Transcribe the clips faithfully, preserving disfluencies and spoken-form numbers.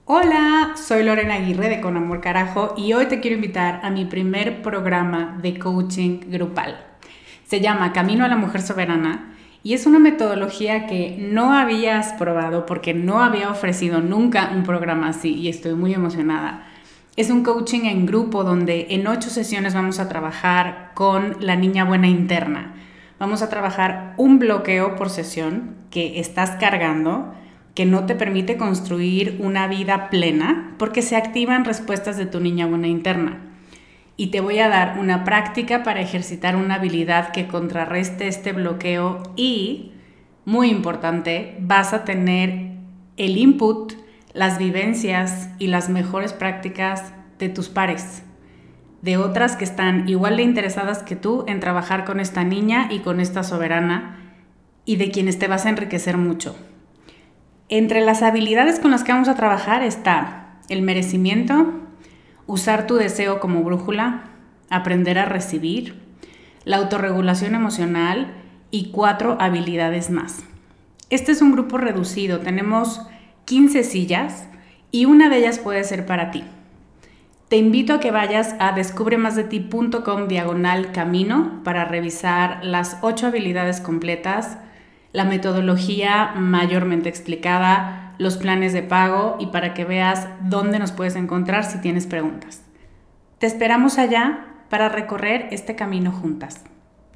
Hola, soy Lorena Aguirre de Con Amor Carajo y hoy te quiero invitar a mi primer programa de coaching grupal. Se llama Camino a la Mujer Soberana y es una metodología que no habías probado porque no había ofrecido nunca un programa así y estoy muy emocionada. Es un coaching en grupo donde en ocho sesiones vamos a trabajar con la niña buena interna. Vamos a trabajar un bloqueo por sesión que estás cargando, que no te permite construir una vida plena porque se activan respuestas de tu niña buena interna. Y te voy a dar una práctica para ejercitar una habilidad que contrarreste este bloqueo y, muy importante, vas a tener el input, las vivencias y las mejores prácticas de tus pares, de otras que están igual de interesadas que tú en trabajar con esta niña y con esta soberana y de quienes te vas a enriquecer mucho. Entre las habilidades con las que vamos a trabajar está el merecimiento, usar tu deseo como brújula, aprender a recibir, la autorregulación emocional y cuatro habilidades más. Este es un grupo reducido, tenemos quince sillas y una de ellas puede ser para ti. Te invito a que vayas a descubremasdeti.com diagonal camino para revisar las ocho habilidades completas, la metodología mayormente explicada, los planes de pago y para que veas dónde nos puedes encontrar si tienes preguntas. Te esperamos allá para recorrer este camino juntas.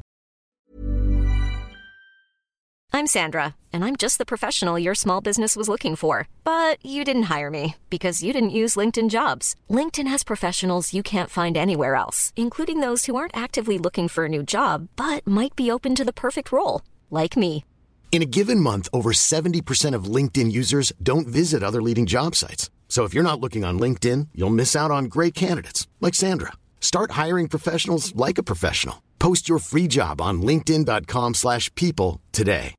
I'm Sandra, and I'm just the professional your small business was looking for. But you didn't hire me because you didn't use LinkedIn Jobs. LinkedIn has professionals you can't find anywhere else, including those who aren't actively looking for a new job, but might be open to the perfect role, like me. In a given month, over seventy percent of LinkedIn users don't visit other leading job sites. So if you're not looking on LinkedIn, you'll miss out on great candidates like Sandra. Start hiring professionals like a professional. Post your free job on linkedin.com slash people today.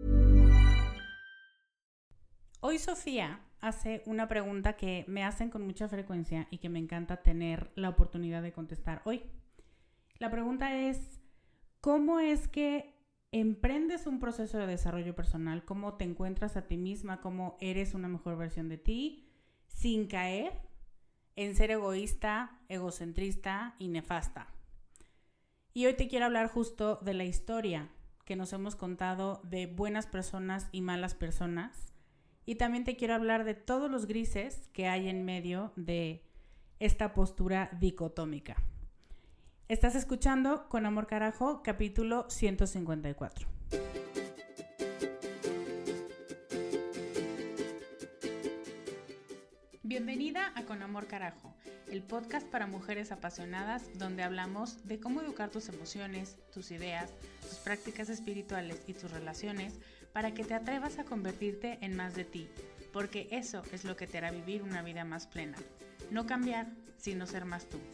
Hoy Sofía hace una pregunta que me hacen con mucha frecuencia y que me encanta tener la oportunidad de contestar hoy. La pregunta es, ¿cómo es que emprendes un proceso de desarrollo personal? ¿Cómo te encuentras a ti misma? ¿Cómo eres una mejor versión de ti? Sin caer en ser egoísta, egocentrista y nefasta. Y hoy te quiero hablar justo de la historia que nos hemos contado de buenas personas y malas personas. Y también te quiero hablar de todos los grises que hay en medio de esta postura dicotómica. Estás escuchando Con Amor Carajo, capítulo ciento cincuenta y cuatro. Bienvenida a Con Amor Carajo, el podcast para mujeres apasionadas donde hablamos de cómo educar tus emociones, tus ideas, tus prácticas espirituales y tus relaciones para que te atrevas a convertirte en más de ti, porque eso es lo que te hará vivir una vida más plena. No cambiar, sino ser más tú.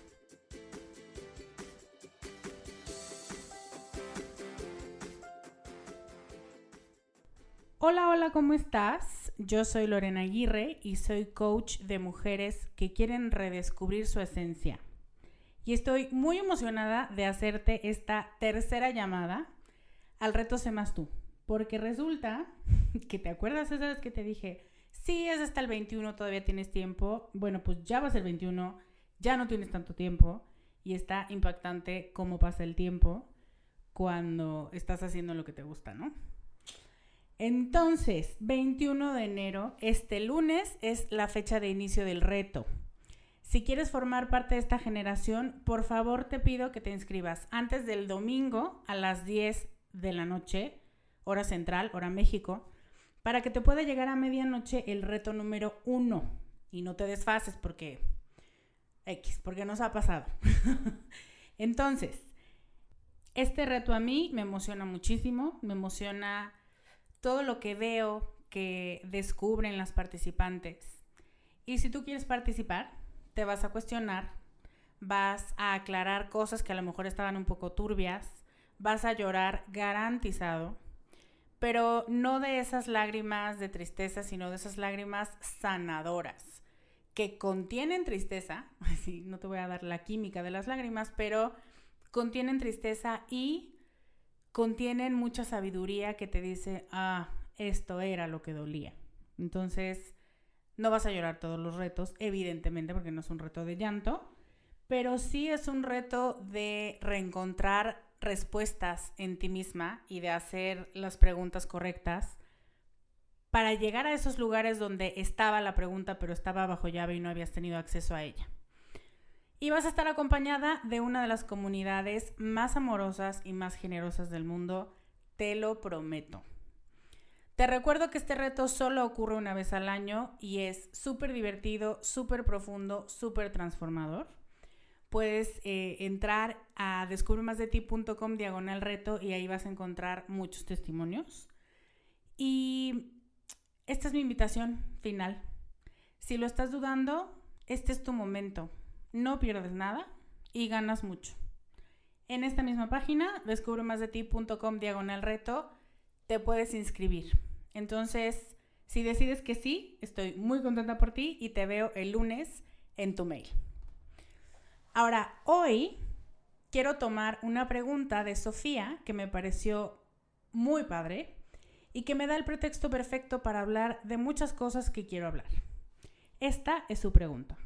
Hola, hola, ¿cómo estás? Yo soy Lorena Aguirre y soy coach de mujeres que quieren redescubrir su esencia. Y estoy muy emocionada de hacerte esta tercera llamada al reto Sé Más Tú. Porque resulta que te acuerdas esa vez que te dije, sí, es hasta el veintiuno, todavía tienes tiempo. Bueno, pues ya va a ser veintiuno, ya no tienes tanto tiempo y está impactante cómo pasa el tiempo cuando estás haciendo lo que te gusta, ¿no? Entonces, veintiuno de enero, este lunes, es la fecha de inicio del reto. Si quieres formar parte de esta generación, por favor te pido que te inscribas antes del domingo a las diez de la noche, hora central, hora México, para que te pueda llegar a medianoche el reto número uno. Y no te desfases porque X, porque nos ha pasado. Entonces, este reto a mí me emociona muchísimo, me emociona todo lo que veo que descubren las participantes. Y si tú quieres participar, te vas a cuestionar, vas a aclarar cosas que a lo mejor estaban un poco turbias, vas a llorar garantizado, pero no de esas lágrimas de tristeza, sino de esas lágrimas sanadoras, que contienen tristeza, sí, no te voy a dar la química de las lágrimas, pero contienen tristeza y contienen mucha sabiduría que te dice, ah, esto era lo que dolía. Entonces, No vas a llorar todos los retos, evidentemente, porque no es un reto de llanto, pero sí es un reto de reencontrar respuestas en ti misma y de hacer las preguntas correctas para llegar a esos lugares donde estaba la pregunta, pero estaba bajo llave y no habías tenido acceso a ella. Y vas a estar acompañada de una de las comunidades más amorosas y más generosas del mundo, te lo prometo. Te recuerdo que este reto solo ocurre una vez al año y es súper divertido, súper profundo, súper transformador. Puedes eh, entrar a descubremasdeti.com diagonal reto y ahí vas a encontrar muchos testimonios. Y esta es mi invitación final. Si lo estás dudando, este es tu momento. No pierdes nada y ganas mucho. En esta misma página, descubremasdeti.com diagonal reto, te puedes inscribir. Entonces, si decides que sí, estoy muy contenta por ti y te veo el lunes en tu mail. Ahora, hoy quiero tomar una pregunta de Sofía que me pareció muy padre y que me da el pretexto perfecto para hablar de muchas cosas que quiero hablar. Esta es su pregunta.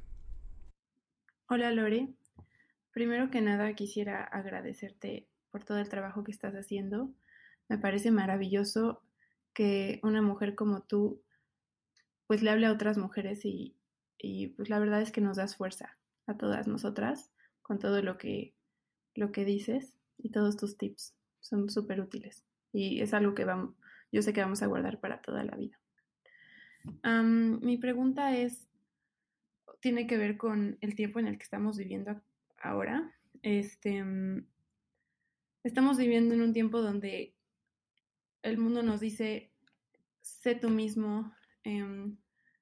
Hola Lore, primero que nada quisiera agradecerte por todo el trabajo que estás haciendo. Me parece maravilloso que una mujer como tú pues le hable a otras mujeres y, y pues la verdad es que nos das fuerza a todas nosotras con todo lo que, lo que dices y todos tus tips. Son súper útiles y es algo que vamos, yo sé que vamos a guardar para toda la vida. Um, mi pregunta es, tiene que ver con el tiempo en el que estamos viviendo ahora. Este, um, estamos viviendo en un tiempo donde el mundo nos dice, sé tú mismo, eh,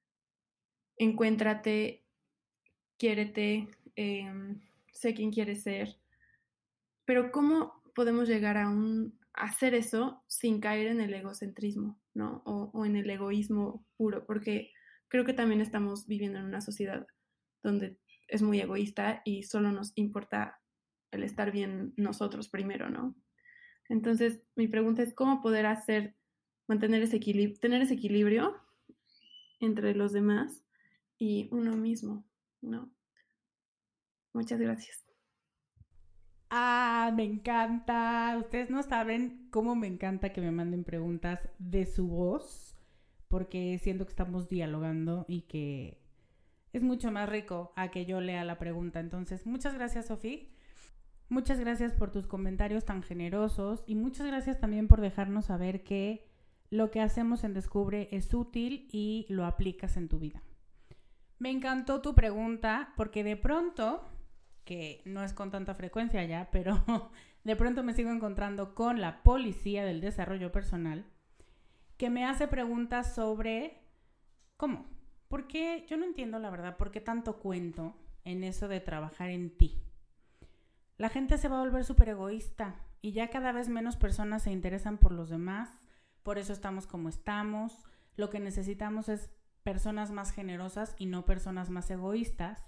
encuéntrate, quiérete, eh, sé quién quieres ser. Pero ¿cómo podemos llegar a, un, a hacer eso sin caer en el egocentrismo, ¿no? O, o en el egoísmo puro, porque creo que también estamos viviendo en una sociedad donde es muy egoísta y solo nos importa el estar bien nosotros primero, ¿no? Entonces, mi pregunta es cómo poder hacer, mantener ese equilibrio, tener ese equilibrio entre los demás y uno mismo, ¿no? Muchas gracias. Ah, me encanta. Ustedes no saben cómo me encanta que me manden preguntas de su voz, porque siento que estamos dialogando y que es mucho más rico a que yo lea la pregunta. Entonces, muchas gracias, Sofía. Muchas gracias por tus comentarios tan generosos y muchas gracias también por dejarnos saber que lo que hacemos en Descubre es útil y lo aplicas en tu vida. Me encantó tu pregunta porque de pronto, que no es con tanta frecuencia ya, pero de pronto me sigo encontrando con la policía del desarrollo personal que me hace preguntas sobre ¿cómo? ¿Por qué? Yo no entiendo la verdad, ¿por qué tanto cuento en eso de trabajar en ti? La gente se va a volver súper egoísta y ya cada vez menos personas se interesan por los demás, por eso estamos como estamos. Lo que necesitamos es personas más generosas y no personas más egoístas.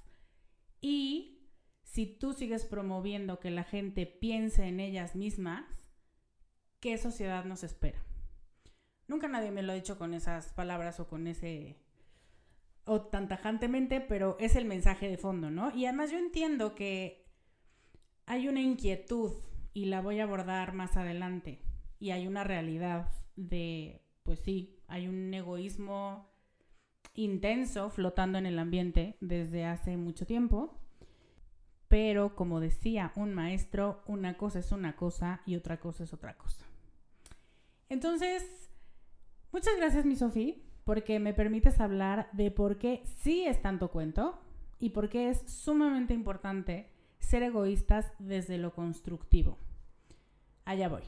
Y si tú sigues promoviendo que la gente piense en ellas mismas, ¿qué sociedad nos espera? Nunca nadie me lo ha dicho con esas palabras o con ese... o tan tajantemente, pero es el mensaje de fondo, ¿no? Y además yo entiendo que hay una inquietud y la voy a abordar más adelante. Y hay una realidad de, pues sí, hay un egoísmo intenso flotando en el ambiente desde hace mucho tiempo. Pero como decía un maestro, una cosa es una cosa y otra cosa es otra cosa. Entonces, muchas gracias, mi Sofía, porque me permites hablar de por qué sí es tanto cuento y por qué es sumamente importante ser egoístas desde lo constructivo. Allá voy.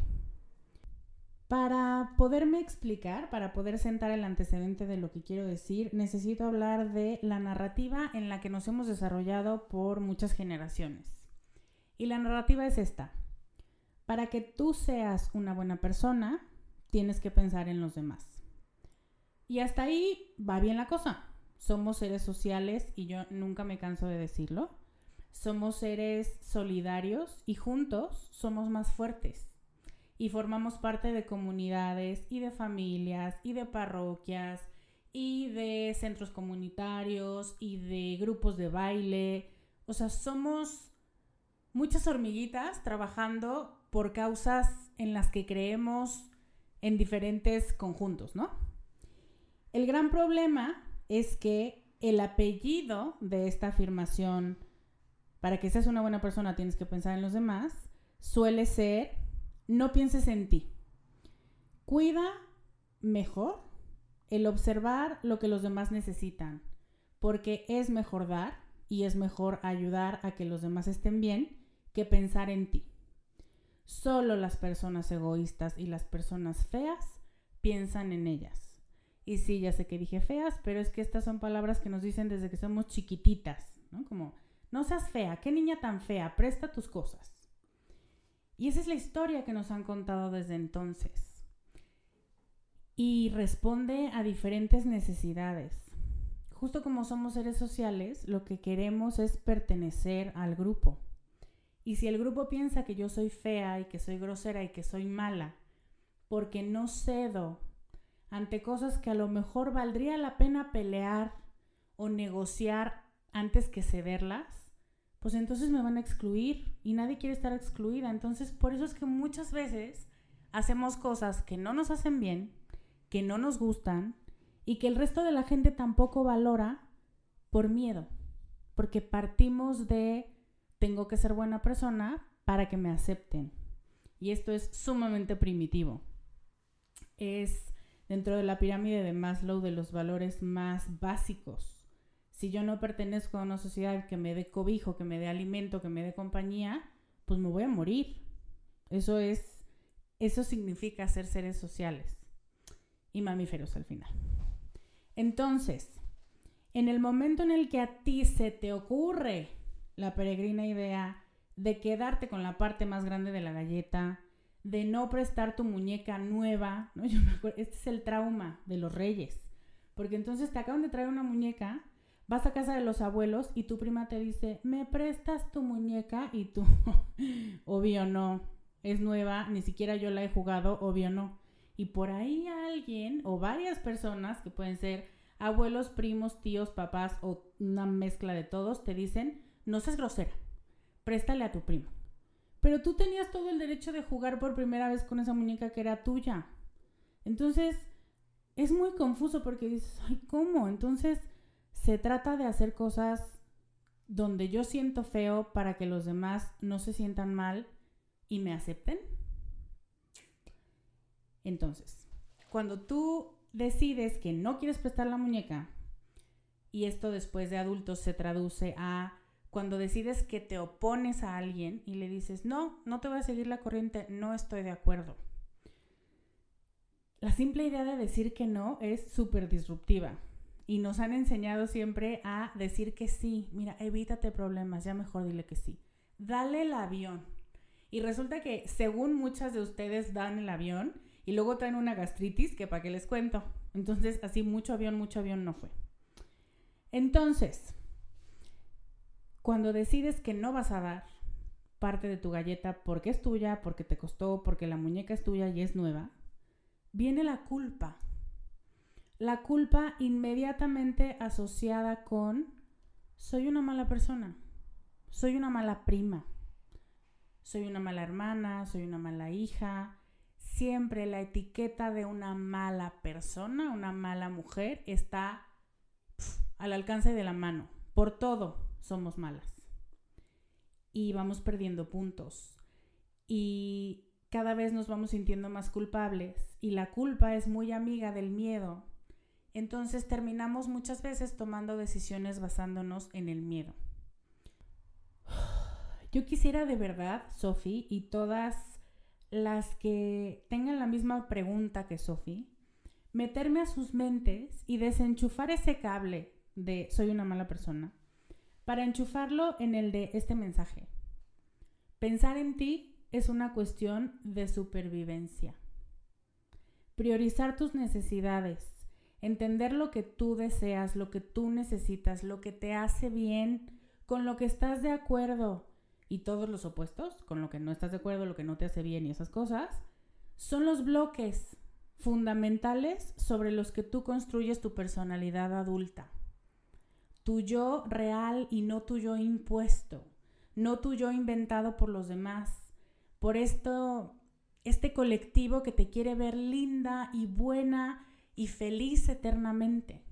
Para poderme explicar, para poder sentar el antecedente de lo que quiero decir, necesito hablar de la narrativa en la que nos hemos desarrollado por muchas generaciones. Y la narrativa es esta. Para que tú seas una buena persona, tienes que pensar en los demás. Y hasta ahí va bien la cosa. Somos seres sociales y yo nunca me canso de decirlo. Somos seres solidarios y juntos somos más fuertes y formamos parte de comunidades y de familias y de parroquias y de centros comunitarios y de grupos de baile. O sea, somos muchas hormiguitas trabajando por causas en las que creemos en diferentes conjuntos, ¿no? El gran problema es que el apellido de esta afirmación, para que seas una buena persona tienes que pensar en los demás, suele ser: no pienses en ti. Cuida mejor el observar lo que los demás necesitan, porque es mejor dar y es mejor ayudar a que los demás estén bien que pensar en ti. Solo las personas egoístas y las personas feas piensan en ellas. Y sí, ya sé que dije feas, pero es que estas son palabras que nos dicen desde que somos chiquititas, ¿no? Como, no seas fea, qué niña tan fea, presta tus cosas. Y esa es la historia que nos han contado desde entonces. Y responde a diferentes necesidades. Justo como somos seres sociales, lo que queremos es pertenecer al grupo. Y si el grupo piensa que yo soy fea y que soy grosera y que soy mala, porque no cedo ante cosas que a lo mejor valdría la pena pelear o negociar antes que cederlas, pues entonces me van a excluir y nadie quiere estar excluida. Entonces, por eso es que muchas veces hacemos cosas que no nos hacen bien, que no nos gustan y que el resto de la gente tampoco valora por miedo, porque partimos de tengo que ser buena persona para que me acepten. Y esto es sumamente primitivo. Es dentro de la pirámide de Maslow de los valores más básicos. Si yo no pertenezco a una sociedad que me dé cobijo, que me dé alimento, que me dé compañía, pues me voy a morir. Eso es, eso significa ser seres sociales y mamíferos al final. Entonces, en el momento en el que a ti se te ocurre la peregrina idea de quedarte con la parte más grande de la galleta, de no prestar tu muñeca nueva, ¿no? Yo me acuerdo, este es el trauma de los reyes, porque entonces te acaban de traer una muñeca, vas a casa de los abuelos y tu prima te dice, ¿me prestas tu muñeca? Y tú, obvio no, es nueva, ni siquiera yo la he jugado, obvio no. Y por ahí alguien o varias personas, que pueden ser abuelos, primos, tíos, papás o una mezcla de todos, te dicen, no seas grosera, préstale a tu primo. Pero tú tenías todo el derecho de jugar por primera vez con esa muñeca que era tuya. Entonces, es muy confuso porque dices, ay, ¿cómo? Entonces, se trata de hacer cosas donde yo siento feo para que los demás no se sientan mal y me acepten. Entonces, cuando tú decides que no quieres prestar la muñeca, y esto después de adultos se traduce a cuando decides que te opones a alguien y le dices, no, no te voy a seguir la corriente, no estoy de acuerdo. La simple idea de decir que no es súper disruptiva y nos han enseñado siempre a decir que sí. Mira, evítate problemas, ya mejor dile que sí. Dale el avión. Y resulta que según muchas de ustedes dan el avión y luego traen una gastritis que para qué les cuento. Entonces así mucho avión, mucho avión no fue. Entonces, cuando decides que no vas a dar parte de tu galleta porque es tuya, porque te costó, porque la muñeca es tuya y es nueva, viene la culpa. La culpa inmediatamente asociada con soy una mala persona, soy una mala prima, soy una mala hermana, soy una mala hija. Siempre la etiqueta de una mala persona, una mala mujer, está pff, al alcance de la mano. Por todo somos malas. Y vamos perdiendo puntos. Y cada vez nos vamos sintiendo más culpables. Y la culpa es muy amiga del miedo. Entonces terminamos muchas veces tomando decisiones basándonos en el miedo. Yo quisiera de verdad, Sofi, y todas las que tengan la misma pregunta que Sofi, meterme a sus mentes y desenchufar ese cable de soy una mala persona para enchufarlo en el de este mensaje. Pensar en ti es una cuestión de supervivencia. Priorizar tus necesidades, entender lo que tú deseas, lo que tú necesitas, lo que te hace bien, con lo que estás de acuerdo, y todos los opuestos, con lo que no estás de acuerdo, lo que no te hace bien y esas cosas, son los bloques fundamentales sobre los que tú construyes tu personalidad adulta. Tu yo real y no tu yo impuesto, no tu yo inventado por los demás, por esto, este colectivo que te quiere ver linda y buena y feliz eternamente.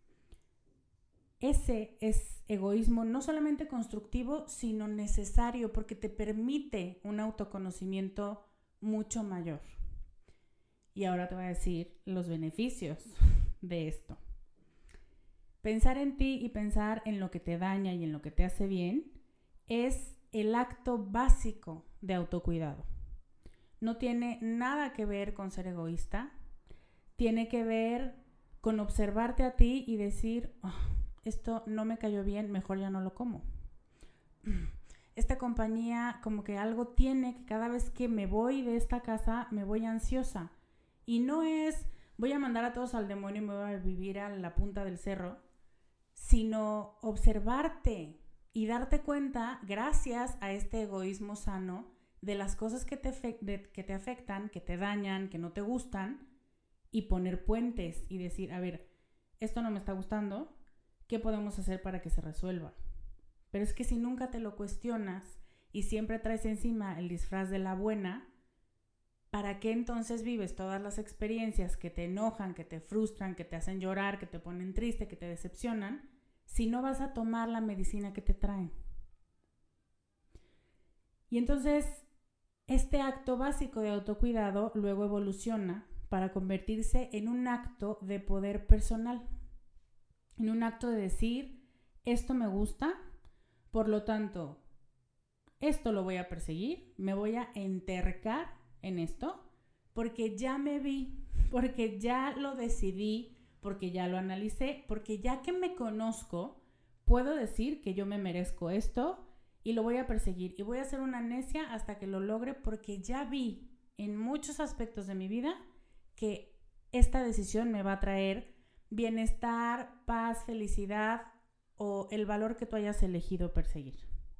Ese es egoísmo no solamente constructivo, sino necesario porque te permite un autoconocimiento mucho mayor. Y ahora te voy a decir los beneficios de esto. Pensar en ti y pensar en lo que te daña y en lo que te hace bien es el acto básico de autocuidado. No tiene nada que ver con ser egoísta, tiene que ver con observarte a ti y decir, oh, esto no me cayó bien, mejor ya no lo como. Esta compañía como que algo tiene que cada vez que me voy de esta casa me voy ansiosa. Y no es voy a mandar a todos al demonio y me voy a vivir a la punta del cerro, sino observarte y darte cuenta, gracias a este egoísmo sano, de las cosas que te, de, que te afectan, que te dañan, que no te gustan, y poner puentes y decir, a ver, esto no me está gustando, ¿qué podemos hacer para que se resuelva? Pero es que si nunca te lo cuestionas y siempre traes encima el disfraz de la buena, ¿para qué entonces vives todas las experiencias que te enojan, que te frustran, que te hacen llorar, que te ponen triste, que te decepcionan, si no vas a tomar la medicina que te traen? Y entonces, este acto básico de autocuidado luego evoluciona para convertirse en un acto de poder personal, en un acto de decir, esto me gusta, por lo tanto, esto lo voy a perseguir, me voy a entercar en esto, porque ya me vi, porque ya lo decidí, porque ya lo analicé, porque ya que me conozco, puedo decir que yo me merezco esto y lo voy a perseguir y voy a ser una necia hasta que lo logre, porque ya vi en muchos aspectos de mi vida que esta decisión me va a traer bienestar, paz, felicidad o el valor que tú hayas elegido perseguir.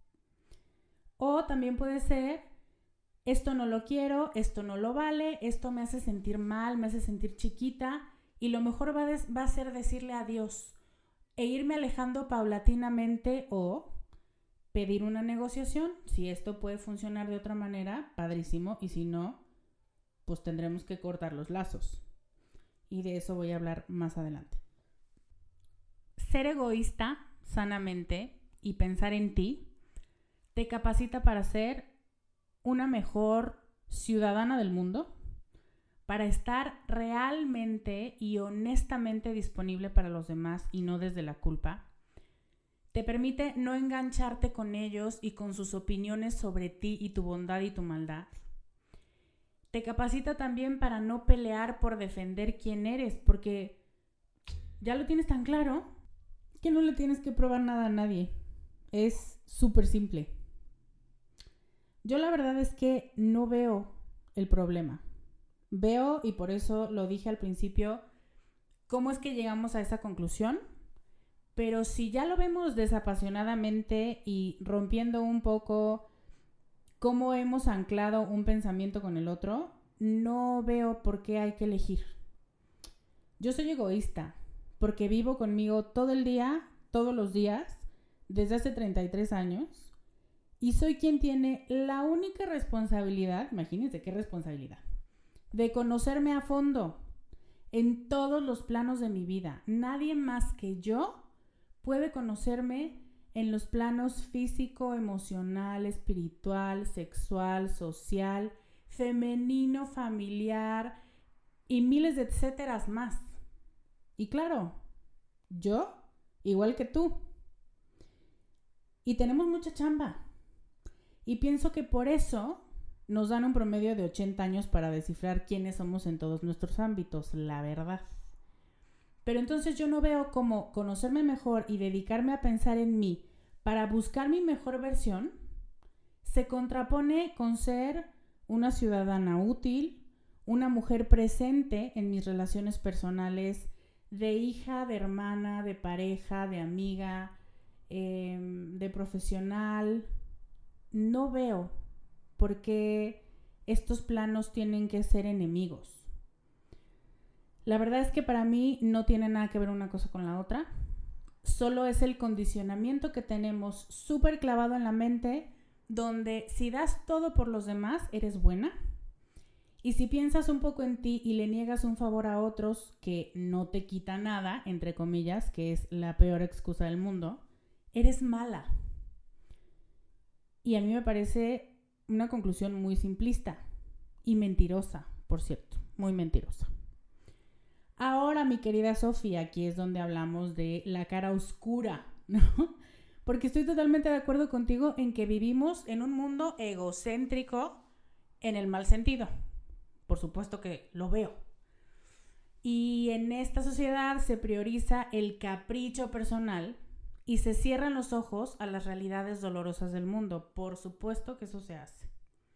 O también puede ser, esto no lo quiero, esto no lo vale, esto me hace sentir mal, me hace sentir chiquita, y lo mejor va, des- va a ser decirle adiós e irme alejando paulatinamente o pedir una negociación. Si esto puede funcionar de otra manera, padrísimo, y si no, pues tendremos que cortar los lazos. Y de eso voy a hablar más adelante. Ser egoísta sanamente y pensar en ti te capacita para ser una mejor ciudadana del mundo, para estar realmente y honestamente disponible para los demás y no desde la culpa. Te permite no engancharte con ellos y con sus opiniones sobre ti y tu bondad y tu maldad. Te capacita también para no pelear por defender quién eres, porque ya lo tienes tan claro que no le tienes que probar nada a nadie. Es súper simple. Yo la verdad es que no veo el problema. Veo, y por eso lo dije al principio, cómo es que llegamos a esa conclusión. Pero si ya lo vemos desapasionadamente y rompiendo un poco cómo hemos anclado un pensamiento con el otro, no veo por qué hay que elegir. Yo soy egoísta porque vivo conmigo todo el día, todos los días, desde hace treinta y tres años, y soy quien tiene la única responsabilidad, imagínense qué responsabilidad, de conocerme a fondo en todos los planos de mi vida. Nadie más que yo puede conocerme en los planos físico, emocional, espiritual, sexual, social, femenino, familiar y miles de etcéteras más. Y claro, yo, igual que tú. Y tenemos mucha chamba. Y pienso que por eso nos dan un promedio de ochenta años para descifrar quiénes somos en todos nuestros ámbitos, la verdad. Pero entonces yo no veo cómo conocerme mejor y dedicarme a pensar en mí para buscar mi mejor versión se contrapone con ser una ciudadana útil, una mujer presente en mis relaciones personales, de hija, de hermana, de pareja, de amiga, eh, de profesional. No veo por qué estos planos tienen que ser enemigos. La verdad es que para mí no tiene nada que ver una cosa con la otra. Solo es el condicionamiento que tenemos súper clavado en la mente, donde si das todo por los demás, eres buena. Y si piensas un poco en ti y le niegas un favor a otros que no te quita nada, entre comillas, que es la peor excusa del mundo, eres mala. Y a mí me parece una conclusión muy simplista y mentirosa, por cierto, muy mentirosa. Ahora, mi querida Sofía, aquí es donde hablamos de la cara oscura, ¿no? Porque estoy totalmente de acuerdo contigo en que vivimos en un mundo egocéntrico en el mal sentido. Por supuesto que lo veo. Y en esta sociedad se prioriza el capricho personal y se cierran los ojos a las realidades dolorosas del mundo. Por supuesto que eso se hace.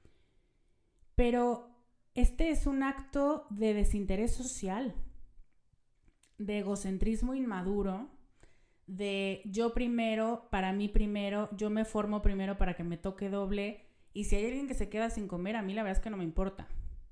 Pero este es un acto de desinterés social, de egocentrismo inmaduro, de yo primero, para mí primero, yo me formo primero para que me toque doble, y si hay alguien que se queda sin comer, a mí la verdad es que no me importa.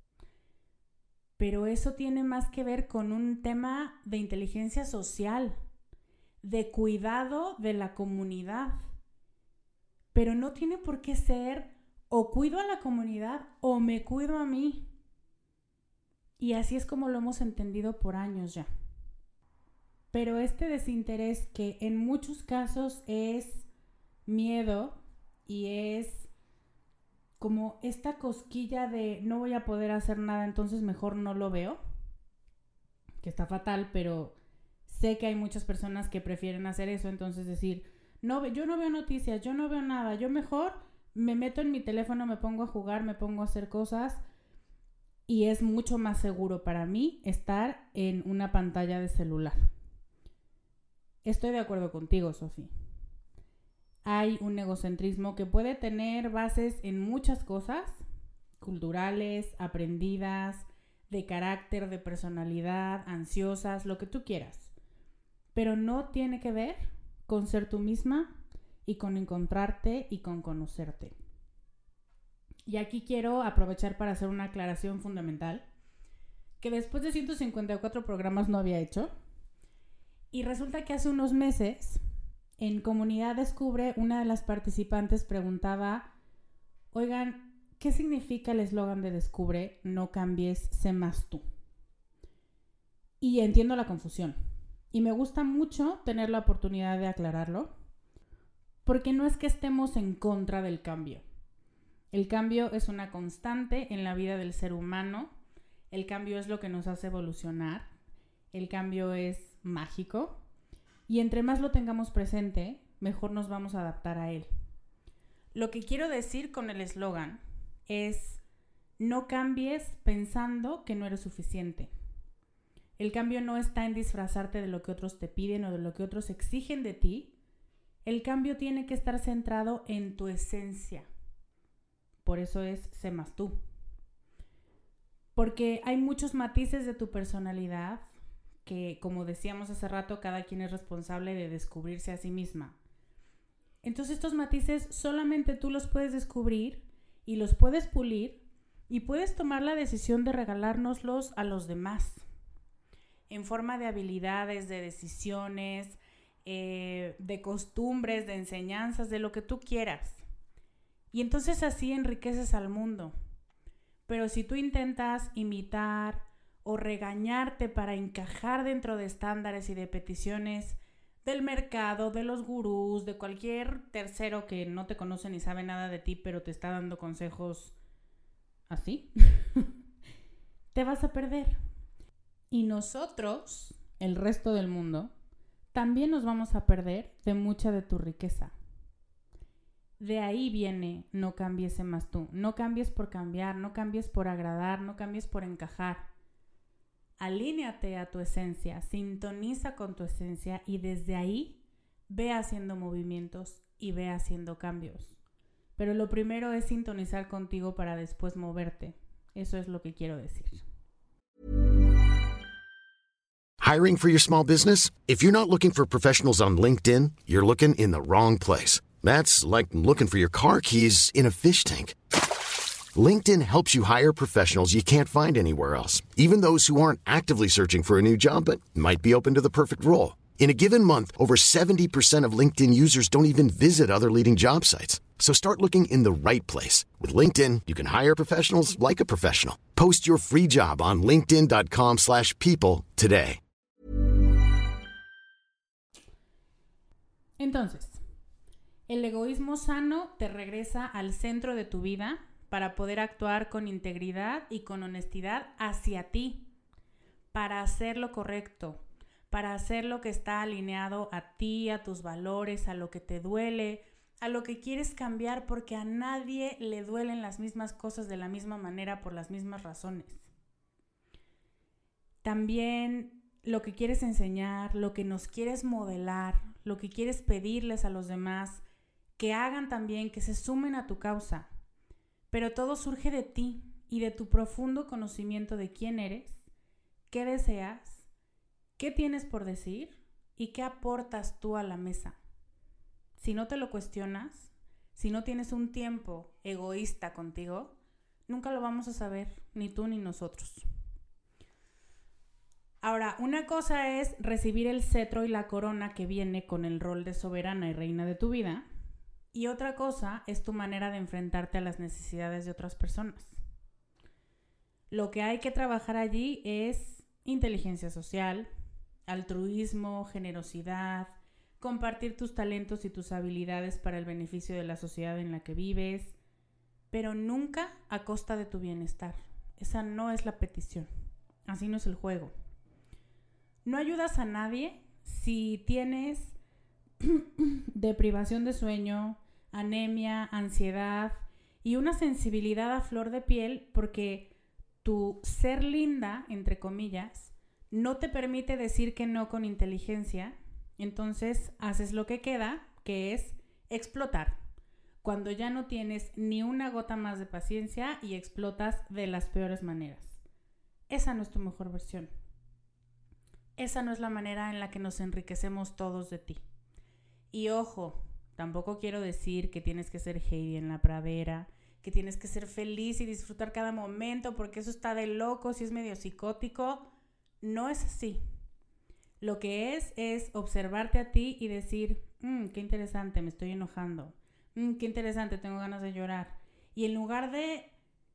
Pero eso tiene más que ver con un tema de inteligencia social, de cuidado de la comunidad. Pero no tiene por qué ser o cuido a la comunidad o me cuido a mí. Y así es como lo hemos entendido por años ya. Pero este desinterés, que en muchos casos es miedo y es como esta cosquilla de no voy a poder hacer nada, entonces mejor no lo veo, que está fatal, pero sé que hay muchas personas que prefieren hacer eso, entonces decir, no, yo no veo noticias, yo no veo nada, yo mejor me meto en mi teléfono, me pongo a jugar, me pongo a hacer cosas, y es mucho más seguro para mí estar en una pantalla de celular. Estoy de acuerdo contigo, Sofía. Hay un egocentrismo que puede tener bases en muchas cosas, culturales, aprendidas, de carácter, de personalidad, ansiosas, lo que tú quieras. Pero no tiene que ver con ser tú misma y con encontrarte y con conocerte. Y aquí quiero aprovechar para hacer una aclaración fundamental que después de ciento cincuenta y cuatro programas no había hecho. Y resulta que hace unos meses, en Comunidad Descubre, una de las participantes preguntaba, oigan, ¿qué significa el eslogan de Descubre? No cambies, sé más tú. Y entiendo la confusión. Y me gusta mucho tener la oportunidad de aclararlo, porque no es que estemos en contra del cambio. El cambio es una constante en la vida del ser humano. El cambio es lo que nos hace evolucionar. El cambio es mágico. Y entre más lo tengamos presente, mejor nos vamos a adaptar a él. Lo que quiero decir con el eslogan es: no cambies pensando que no eres suficiente. El cambio no está en disfrazarte de lo que otros te piden o de lo que otros exigen de ti. El cambio tiene que estar centrado en tu esencia. Por eso es sé más tú. Porque hay muchos matices de tu personalidad que, como decíamos hace rato, cada quien es responsable de descubrirse a sí misma. Entonces estos matices solamente tú los puedes descubrir y los puedes pulir y puedes tomar la decisión de regalárnoslos a los demás en forma de habilidades, de decisiones, eh, de costumbres, de enseñanzas, de lo que tú quieras. Y entonces así enriqueces al mundo. Pero si tú intentas imitar o regañarte para encajar dentro de estándares y de peticiones del mercado, de los gurús, de cualquier tercero que no te conoce ni sabe nada de ti, pero te está dando consejos así, te vas a perder. Y nosotros, el resto del mundo, también nos vamos a perder de mucha de tu riqueza. De ahí viene no cambies más tú. No cambies por cambiar, no cambies por agradar, no cambies por encajar. Alíneate a tu esencia, sintoniza con tu esencia y desde ahí ve haciendo movimientos y ve haciendo cambios. Pero lo primero es sintonizar contigo para después moverte. Eso es lo que quiero decir. Hiring for your small business? If you're not looking for professionals on LinkedIn, you're looking in the wrong place. That's like looking for your car keys in a fish tank. LinkedIn helps you hire professionals you can't find anywhere else, even those who aren't actively searching for a new job but might be open to the perfect role. In a given month, over seventy percent of LinkedIn users don't even visit other leading job sites. So start looking in the right place. With LinkedIn, you can hire professionals like a professional. Post your free job on linkedin dot com slash people today. Entonces, el egoísmo sano te regresa al centro de tu vida para poder actuar con integridad y con honestidad hacia ti, para hacer lo correcto, para hacer lo que está alineado a ti, a tus valores, a lo que te duele, a lo que quieres cambiar, porque a nadie le duelen las mismas cosas de la misma manera por las mismas razones. También lo que quieres enseñar, lo que nos quieres modelar, lo que quieres pedirles a los demás, que hagan también, que se sumen a tu causa. Pero todo surge de ti y de tu profundo conocimiento de quién eres, qué deseas, qué tienes por decir y qué aportas tú a la mesa. Si no te lo cuestionas, si no tienes un tiempo egoísta contigo, nunca lo vamos a saber, ni tú ni nosotros. Ahora, una cosa es recibir el cetro y la corona que viene con el rol de soberana y reina de tu vida, y otra cosa es tu manera de enfrentarte a las necesidades de otras personas. Lo que hay que trabajar allí es inteligencia social, altruismo, generosidad, compartir tus talentos y tus habilidades para el beneficio de la sociedad en la que vives, pero nunca a costa de tu bienestar. Esa no es la petición. Así no es el juego. No ayudas a nadie si tienes deprivación de sueño, anemia, ansiedad y una sensibilidad a flor de piel porque tu ser linda, entre comillas, no te permite decir que no con inteligencia. Entonces haces lo que queda, que es explotar, cuando ya no tienes ni una gota más de paciencia y explotas de las peores maneras. Esa no es tu mejor versión. Esa no es la manera en la que nos enriquecemos todos de ti. Y ojo, tampoco quiero decir que tienes que ser Heidi en la pradera, que tienes que ser feliz y disfrutar cada momento, porque eso está de locos y es medio psicótico. No es así. Lo que es, es observarte a ti y decir, mmm, qué interesante, me estoy enojando. Mmm, qué interesante, tengo ganas de llorar. Y en lugar de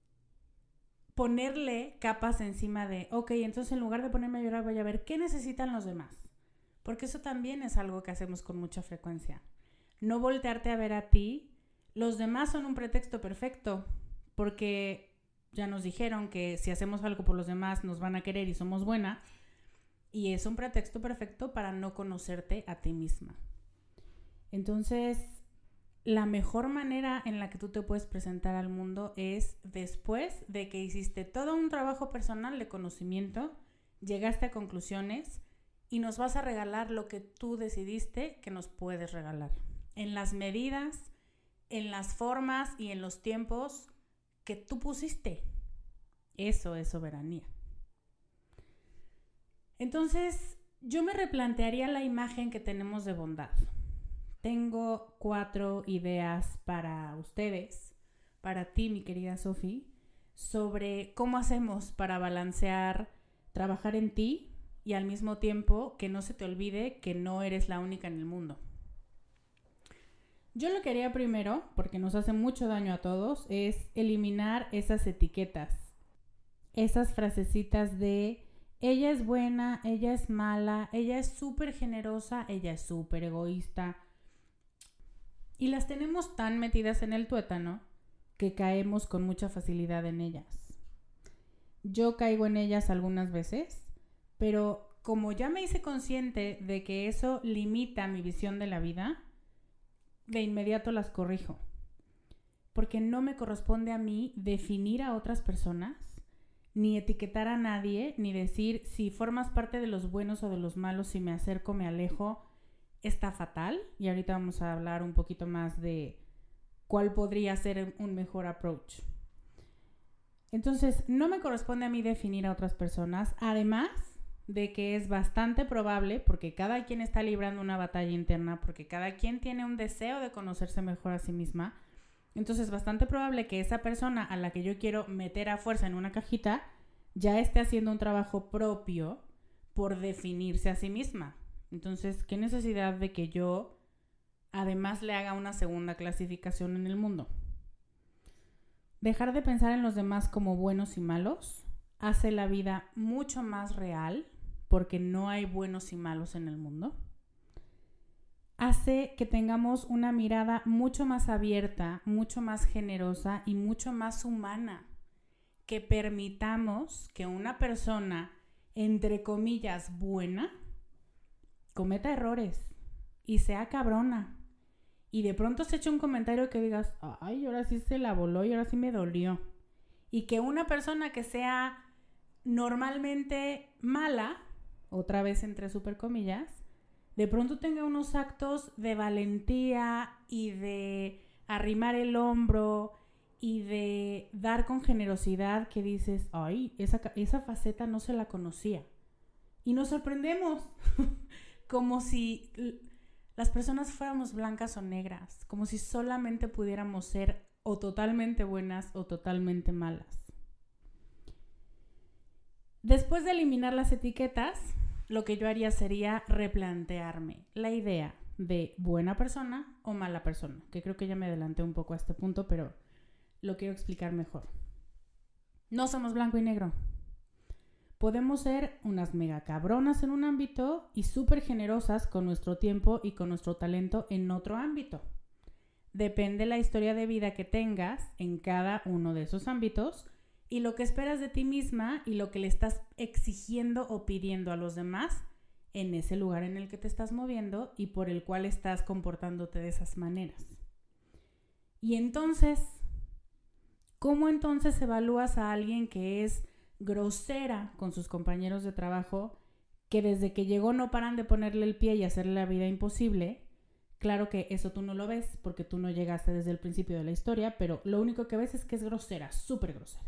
ponerle capas encima de, ok, entonces en lugar de ponerme a llorar voy a ver qué necesitan los demás. Porque eso también es algo que hacemos con mucha frecuencia. No voltearte a ver a ti. Los demás son un pretexto perfecto, porque ya nos dijeron que si hacemos algo por los demás nos van a querer y somos buenas. Y es un pretexto perfecto para no conocerte a ti misma. Entonces, la mejor manera en la que tú te puedes presentar al mundo es después de que hiciste todo un trabajo personal de conocimiento, llegaste a conclusiones y nos vas a regalar lo que tú decidiste que nos puedes regalar. En las medidas, en las formas y en los tiempos que tú pusiste. Eso es soberanía. Entonces, yo me replantearía la imagen que tenemos de bondad. Tengo cuatro ideas para ustedes, para ti, mi querida Sofi, sobre cómo hacemos para balancear, trabajar en ti y al mismo tiempo que no se te olvide que no eres la única en el mundo. Yo lo que haría primero, porque nos hace mucho daño a todos, es eliminar esas etiquetas, esas frasecitas de ella es buena, ella es mala, ella es súper generosa, ella es súper egoísta. Y las tenemos tan metidas en el tuétano que caemos con mucha facilidad en ellas. Yo caigo en ellas algunas veces, pero como ya me hice consciente de que eso limita mi visión de la vida, de inmediato las corrijo. Porque no me corresponde a mí definir a otras personas, ni etiquetar a nadie, ni decir si formas parte de los buenos o de los malos, si me acerco, me alejo, está fatal. Y ahorita vamos a hablar un poquito más de cuál podría ser un mejor approach. Entonces, no me corresponde a mí definir a otras personas, además de que es bastante probable, porque cada quien está librando una batalla interna, porque cada quien tiene un deseo de conocerse mejor a sí misma, Entonces es bastante probable que esa persona a la que yo quiero meter a fuerza en una cajita ya esté haciendo un trabajo propio por definirse a sí misma. Entonces, ¿qué necesidad de que yo además le haga una segunda clasificación en el mundo? Dejar de pensar en los demás como buenos y malos hace la vida mucho más real, porque no hay buenos y malos en el mundo. Hace que tengamos una mirada mucho más abierta, mucho más generosa y mucho más humana. Que permitamos que una persona, entre comillas, buena, cometa errores y sea cabrona. Y de pronto se echa un comentario que digas, ay, ahora sí se la voló y ahora sí me dolió. Y que una persona que sea normalmente mala, otra vez entre super comillas, de pronto tenga unos actos de valentía y de arrimar el hombro y de dar con generosidad que dices, ay, esa, esa faceta no se la conocía. Y nos sorprendemos, como si las personas fuéramos blancas o negras, como si solamente pudiéramos ser o totalmente buenas o totalmente malas. Después de eliminar las etiquetas, lo que yo haría sería replantearme la idea de buena persona o mala persona, que creo que ya me adelanté un poco a este punto, pero lo quiero explicar mejor. No somos blanco y negro. Podemos ser unas mega cabronas en un ámbito y súper generosas con nuestro tiempo y con nuestro talento en otro ámbito. Depende la historia de vida que tengas en cada uno de esos ámbitos y lo que esperas de ti misma y lo que le estás exigiendo o pidiendo a los demás en ese lugar en el que te estás moviendo y por el cual estás comportándote de esas maneras. Y entonces, ¿cómo entonces evalúas a alguien que es grosera con sus compañeros de trabajo, que desde que llegó no paran de ponerle el pie y hacerle la vida imposible? Claro que eso tú no lo ves porque tú no llegaste desde el principio de la historia, pero lo único que ves es que es grosera, súper grosera.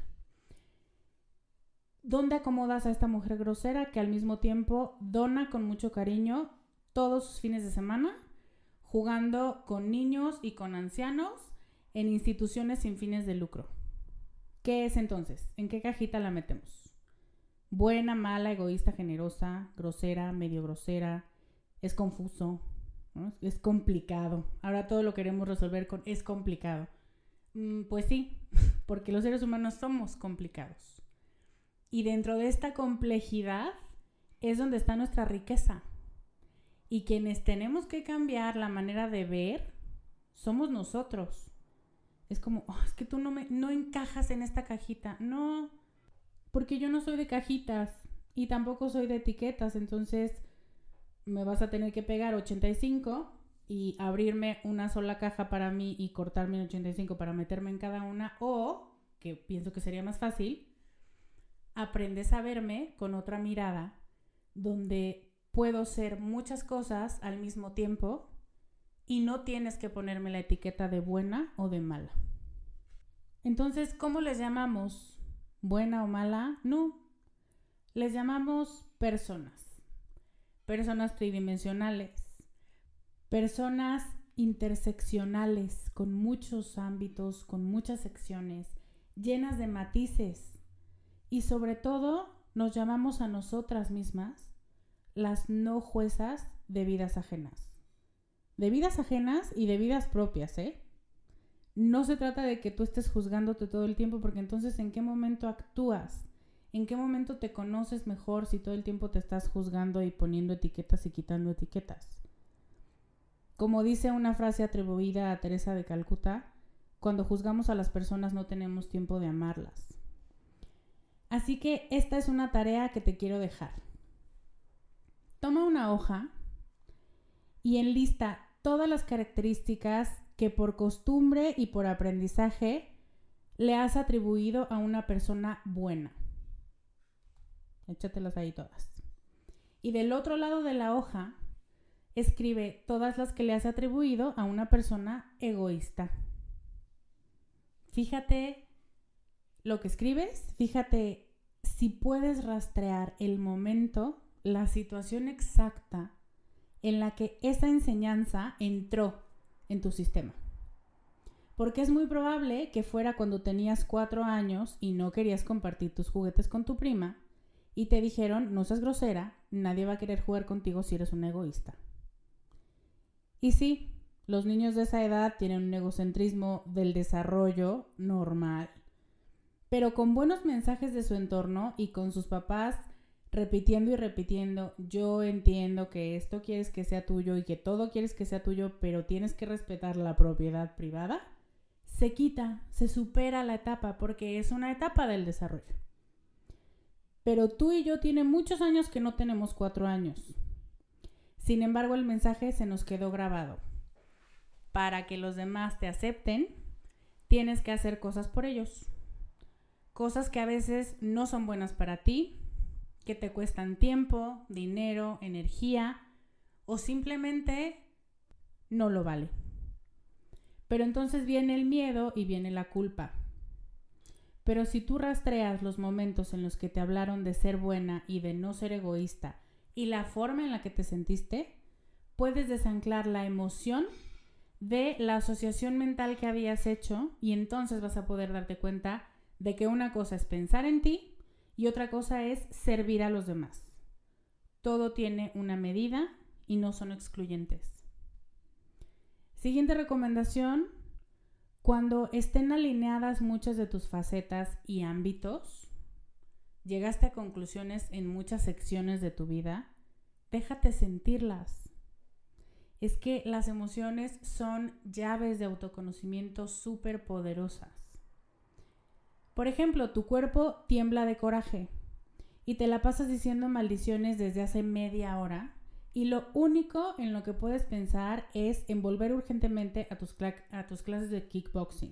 ¿Dónde acomodas a esta mujer grosera que al mismo tiempo dona con mucho cariño todos sus fines de semana jugando con niños y con ancianos en instituciones sin fines de lucro? ¿Qué es entonces? ¿En qué cajita la metemos? Buena, mala, egoísta, generosa, grosera, medio grosera, es confuso, ¿no? Es complicado. Ahora todo lo queremos resolver con es complicado. Mm, pues sí, porque los seres humanos somos complicados. Y dentro de esta complejidad es donde está nuestra riqueza. Y quienes tenemos que cambiar la manera de ver somos nosotros. Es como, oh, es que tú no, me, no encajas en esta cajita. No, porque yo no soy de cajitas y tampoco soy de etiquetas. Entonces me vas a tener que pegar ochenta y cinco y abrirme una sola caja para mí y cortarme en ochenta y cinco para meterme en cada una. O, que pienso que sería más fácil, aprendes a verme con otra mirada donde puedo ser muchas cosas al mismo tiempo y no tienes que ponerme la etiqueta de buena o de mala. Entonces, ¿cómo les llamamos? ¿Buena o mala? No. Les llamamos personas. Personas tridimensionales. Personas interseccionales con muchos ámbitos, con muchas secciones, llenas de matices. Y sobre todo, nos llamamos a nosotras mismas las no juezas de vidas ajenas. De vidas ajenas y de vidas propias, ¿eh? No se trata de que tú estés juzgándote todo el tiempo, porque entonces ¿en qué momento actúas? ¿En qué momento te conoces mejor si todo el tiempo te estás juzgando y poniendo etiquetas y quitando etiquetas? Como dice una frase atribuida a Teresa de Calcuta, cuando juzgamos a las personas no tenemos tiempo de amarlas. Así que esta es una tarea que te quiero dejar. Toma una hoja y enlista todas las características que por costumbre y por aprendizaje le has atribuido a una persona buena. Échatelas ahí todas. Y del otro lado de la hoja, escribe todas las que le has atribuido a una persona egoísta. Fíjate lo que escribes, fíjate si puedes rastrear el momento, la situación exacta en la que esa enseñanza entró en tu sistema. Porque es muy probable que fuera cuando tenías cuatro años y no querías compartir tus juguetes con tu prima y te dijeron, no seas grosera, nadie va a querer jugar contigo si eres un egoísta. Y sí, los niños de esa edad tienen un egocentrismo del desarrollo normal, pero con buenos mensajes de su entorno y con sus papás repitiendo y repitiendo, yo entiendo que esto quieres que sea tuyo y que todo quieres que sea tuyo, pero tienes que respetar la propiedad privada, se quita, se supera la etapa porque es una etapa del desarrollo. Pero tú y yo tiene muchos años que no tenemos cuatro años. Sin embargo, el mensaje se nos quedó grabado. Para que los demás te acepten, tienes que hacer cosas por ellos. Cosas que a veces no son buenas para ti, que te cuestan tiempo, dinero, energía o simplemente no lo vale. Pero entonces viene el miedo y viene la culpa. Pero si tú rastreas los momentos en los que te hablaron de ser buena y de no ser egoísta y la forma en la que te sentiste, puedes desanclar la emoción de la asociación mental que habías hecho y entonces vas a poder darte cuenta de que una cosa es pensar en ti y otra cosa es servir a los demás. Todo tiene una medida y no son excluyentes. Siguiente recomendación: cuando estén alineadas muchas de tus facetas y ámbitos, llegaste a conclusiones en muchas secciones de tu vida, déjate sentirlas. Es que las emociones son llaves de autoconocimiento súper poderosas. Por ejemplo, tu cuerpo tiembla de coraje y te la pasas diciendo maldiciones desde hace media hora y lo único en lo que puedes pensar es en volver urgentemente a tus, cl- a tus clases de kickboxing.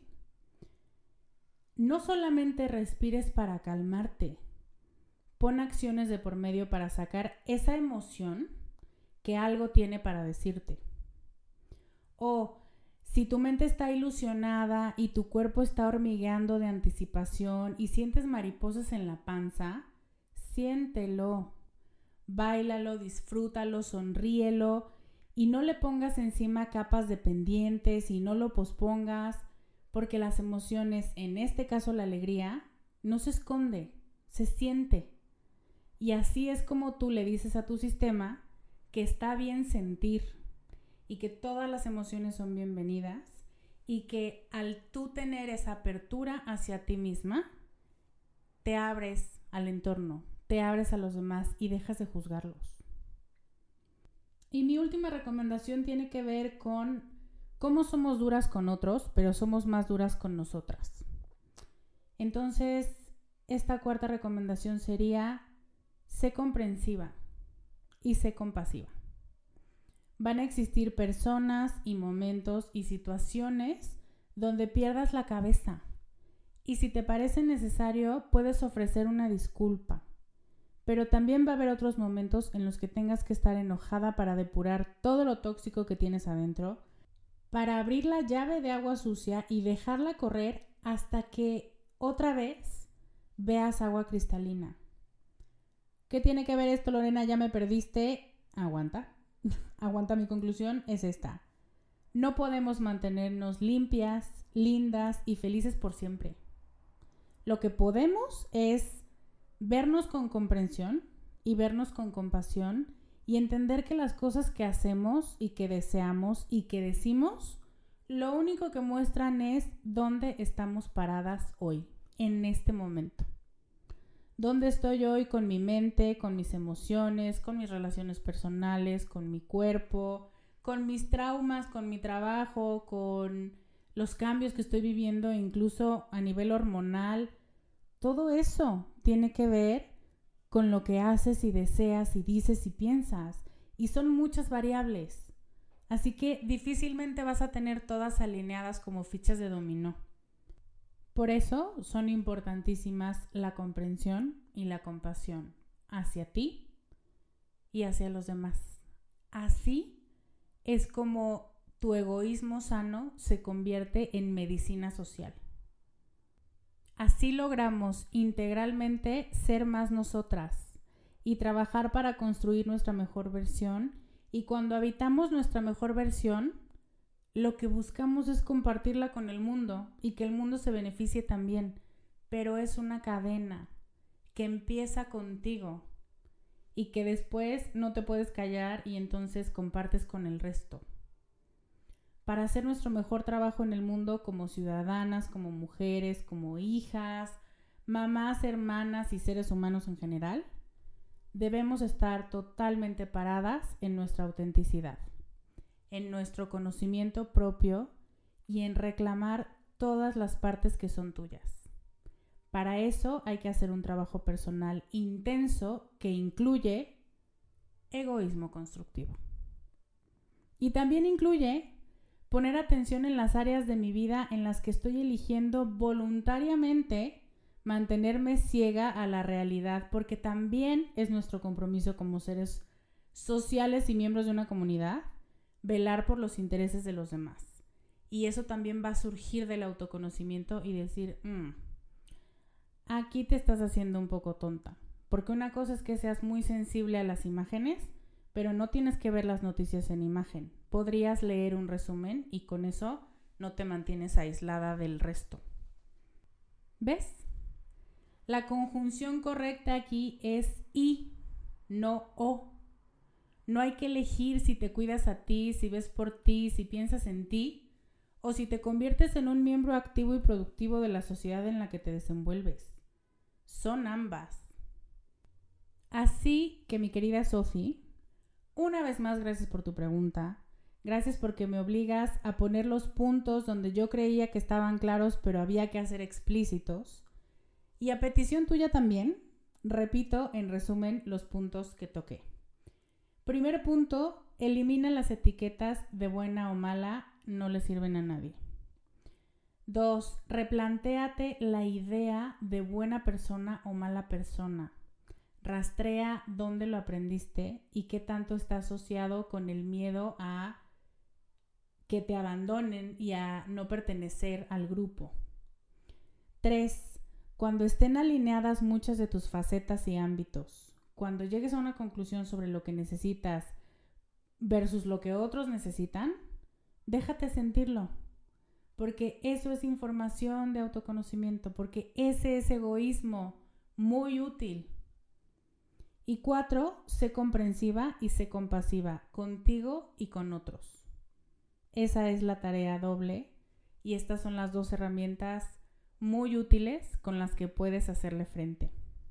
No solamente respires para calmarte, pon acciones de por medio para sacar esa emoción que algo tiene para decirte. O si tu mente está ilusionada y tu cuerpo está hormigueando de anticipación y sientes mariposas en la panza, siéntelo, báilalo, disfrútalo, sonríelo y no le pongas encima capas de pendientes y no lo pospongas, porque las emociones, en este caso la alegría, no se esconde, se siente. Y así es como tú le dices a tu sistema que está bien sentir y que todas las emociones son bienvenidas y que al tú tener esa apertura hacia ti misma, te abres al entorno, te abres a los demás y dejas de juzgarlos. Y mi última recomendación tiene que ver con cómo somos duras con otros, pero somos más duras con nosotras. Entonces, esta cuarta recomendación sería: sé comprensiva y sé compasiva. Van a existir personas y momentos y situaciones donde pierdas la cabeza. Y si te parece necesario, puedes ofrecer una disculpa. Pero también va a haber otros momentos en los que tengas que estar enojada para depurar todo lo tóxico que tienes adentro, para abrir la llave de agua sucia y dejarla correr hasta que otra vez veas agua cristalina. ¿Qué tiene que ver esto, Lorena? Ya me perdiste. Aguanta. Aguanta, mi conclusión es esta. No podemos mantenernos limpias, lindas y felices por siempre. Lo que podemos es vernos con comprensión y vernos con compasión y entender que las cosas que hacemos y que deseamos y que decimos, lo único que muestran es dónde estamos paradas hoy, en este momento. ¿Dónde estoy hoy con mi mente, con mis emociones, con mis relaciones personales, con mi cuerpo, con mis traumas, con mi trabajo, con los cambios que estoy viviendo, incluso a nivel hormonal? Todo eso tiene que ver con lo que haces y deseas y dices y piensas. Y son muchas variables. Así que difícilmente vas a tener todas alineadas como fichas de dominó. Por eso son importantísimas la comprensión y la compasión hacia ti y hacia los demás. Así es como tu egoísmo sano se convierte en medicina social. Así logramos integralmente ser más nosotras y trabajar para construir nuestra mejor versión. Y cuando habitamos nuestra mejor versión, lo que buscamos es compartirla con el mundo y que el mundo se beneficie también, pero es una cadena que empieza contigo y que después no te puedes callar y entonces compartes con el resto. Para hacer nuestro mejor trabajo en el mundo como ciudadanas, como mujeres, como hijas, mamás, hermanas y seres humanos en general, debemos estar totalmente paradas en nuestra autenticidad, en nuestro conocimiento propio y en reclamar todas las partes que son tuyas. Para eso hay que hacer un trabajo personal intenso que incluye egoísmo constructivo. Y también incluye poner atención en las áreas de mi vida en las que estoy eligiendo voluntariamente mantenerme ciega a la realidad, porque también es nuestro compromiso como seres sociales y miembros de una comunidad velar por los intereses de los demás. Y eso también va a surgir del autoconocimiento y decir, mmm, aquí te estás haciendo un poco tonta, porque una cosa es que seas muy sensible a las imágenes, pero no tienes que ver las noticias en imagen. Podrías leer un resumen y con eso no te mantienes aislada del resto. ¿Ves? La conjunción correcta aquí es y, no o. No hay que elegir si te cuidas a ti, si ves por ti, si piensas en ti, o si te conviertes en un miembro activo y productivo de la sociedad en la que te desenvuelves. Son ambas. Así que, mi querida Sofi, una vez más gracias por tu pregunta. Gracias porque me obligas a poner los puntos donde yo creía que estaban claros, pero había que hacer explícitos. Y a petición tuya también, repito en resumen los puntos que toqué. Primer punto, elimina las etiquetas de buena o mala, no le sirven a nadie. Dos, replantéate la idea de buena persona o mala persona. Rastrea dónde lo aprendiste y qué tanto está asociado con el miedo a que te abandonen y a no pertenecer al grupo. Tres, cuando estén alineadas muchas de tus facetas y ámbitos, cuando llegues a una conclusión sobre lo que necesitas versus lo que otros necesitan, déjate sentirlo, porque eso es información de autoconocimiento, porque ese es egoísmo muy útil. Y cuatro, sé comprensiva y sé compasiva contigo y con otros. Esa es la tarea doble y estas son las dos herramientas muy útiles con las que puedes hacerle frente.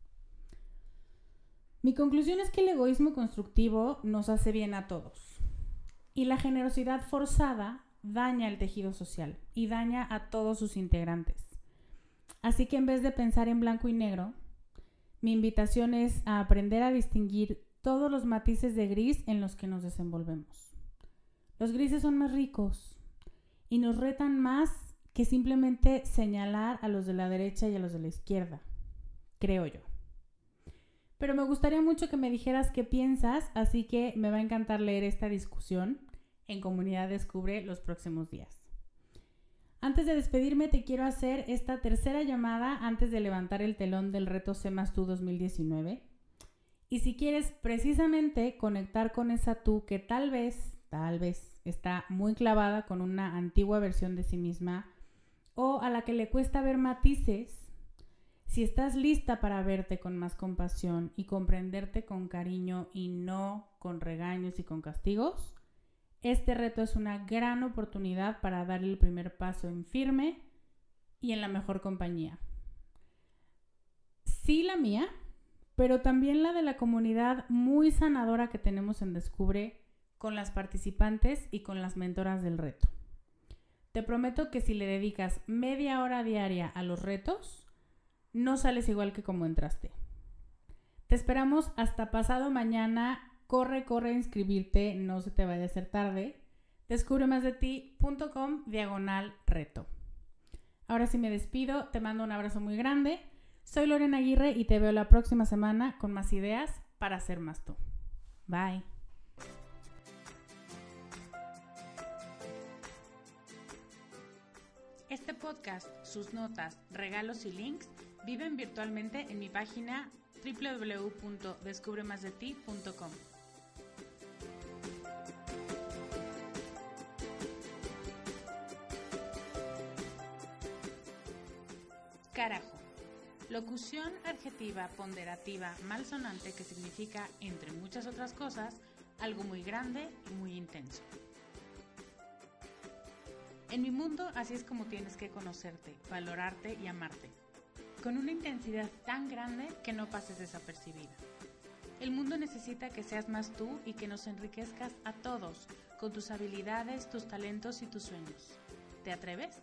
Mi conclusión es que el egoísmo constructivo nos hace bien a todos y la generosidad forzada daña el tejido social y daña a todos sus integrantes. Así que en vez de pensar en blanco y negro, mi invitación es a aprender a distinguir todos los matices de gris en los que nos desenvolvemos. Los grises son más ricos y nos retan más que simplemente señalar a los de la derecha y a los de la izquierda, creo yo. Pero me gustaría mucho que me dijeras qué piensas, así que me va a encantar leer esta discusión en Comunidad Descubre los próximos días. Antes de despedirme, te quiero hacer esta tercera llamada antes de levantar el telón del reto Sé Más Tú dos mil diecinueve. Y si quieres precisamente conectar con esa tú que tal vez, tal vez está muy clavada con una antigua versión de sí misma o a la que le cuesta ver matices, si estás lista para verte con más compasión y comprenderte con cariño y no con regaños y con castigos, este reto es una gran oportunidad para dar el primer paso en firme y en la mejor compañía. Sí, la mía, pero también la de la comunidad muy sanadora que tenemos en Descubre con las participantes y con las mentoras del reto. Te prometo que si le dedicas media hora diaria a los retos, no sales igual que como entraste. Te esperamos hasta pasado mañana. Corre, corre a inscribirte, no se te vaya a hacer tarde. descubremasdeti.com diagonal reto. Ahora sí me despido, te mando un abrazo muy grande. Soy Lorena Aguirre y te veo la próxima semana con más ideas para ser más tú. Bye. Este podcast, sus notas, regalos y links viven virtualmente en mi página doble u doble u doble u punto descubre más de ti punto com. Carajo. Locución adjetiva ponderativa malsonante que significa, entre muchas otras cosas, algo muy grande y muy intenso. En mi mundo así es como tienes que conocerte, valorarte y amarte, con una intensidad tan grande que no pases desapercibida. El mundo necesita que seas más tú y que nos enriquezcas a todos con tus habilidades, tus talentos y tus sueños. ¿Te atreves?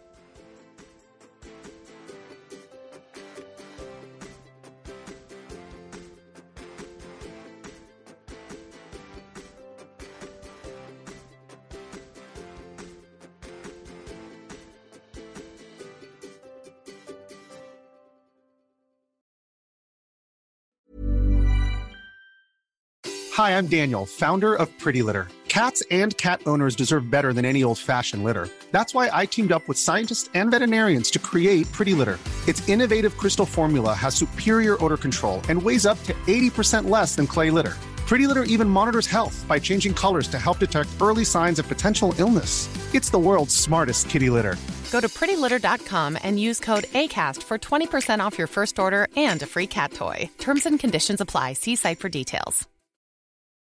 Hi, I'm Daniel, founder of Pretty Litter. Cats and cat owners deserve better than any old-fashioned litter. That's why I teamed up with scientists and veterinarians to create Pretty Litter. Its innovative crystal formula has superior odor control and weighs up to eighty percent less than clay litter. Pretty Litter even monitors health by changing colors to help detect early signs of potential illness. It's the world's smartest kitty litter. Go to pretty litter dot com and use code ACAST for twenty percent off your first order and a free cat toy. Terms and conditions apply. See site for details.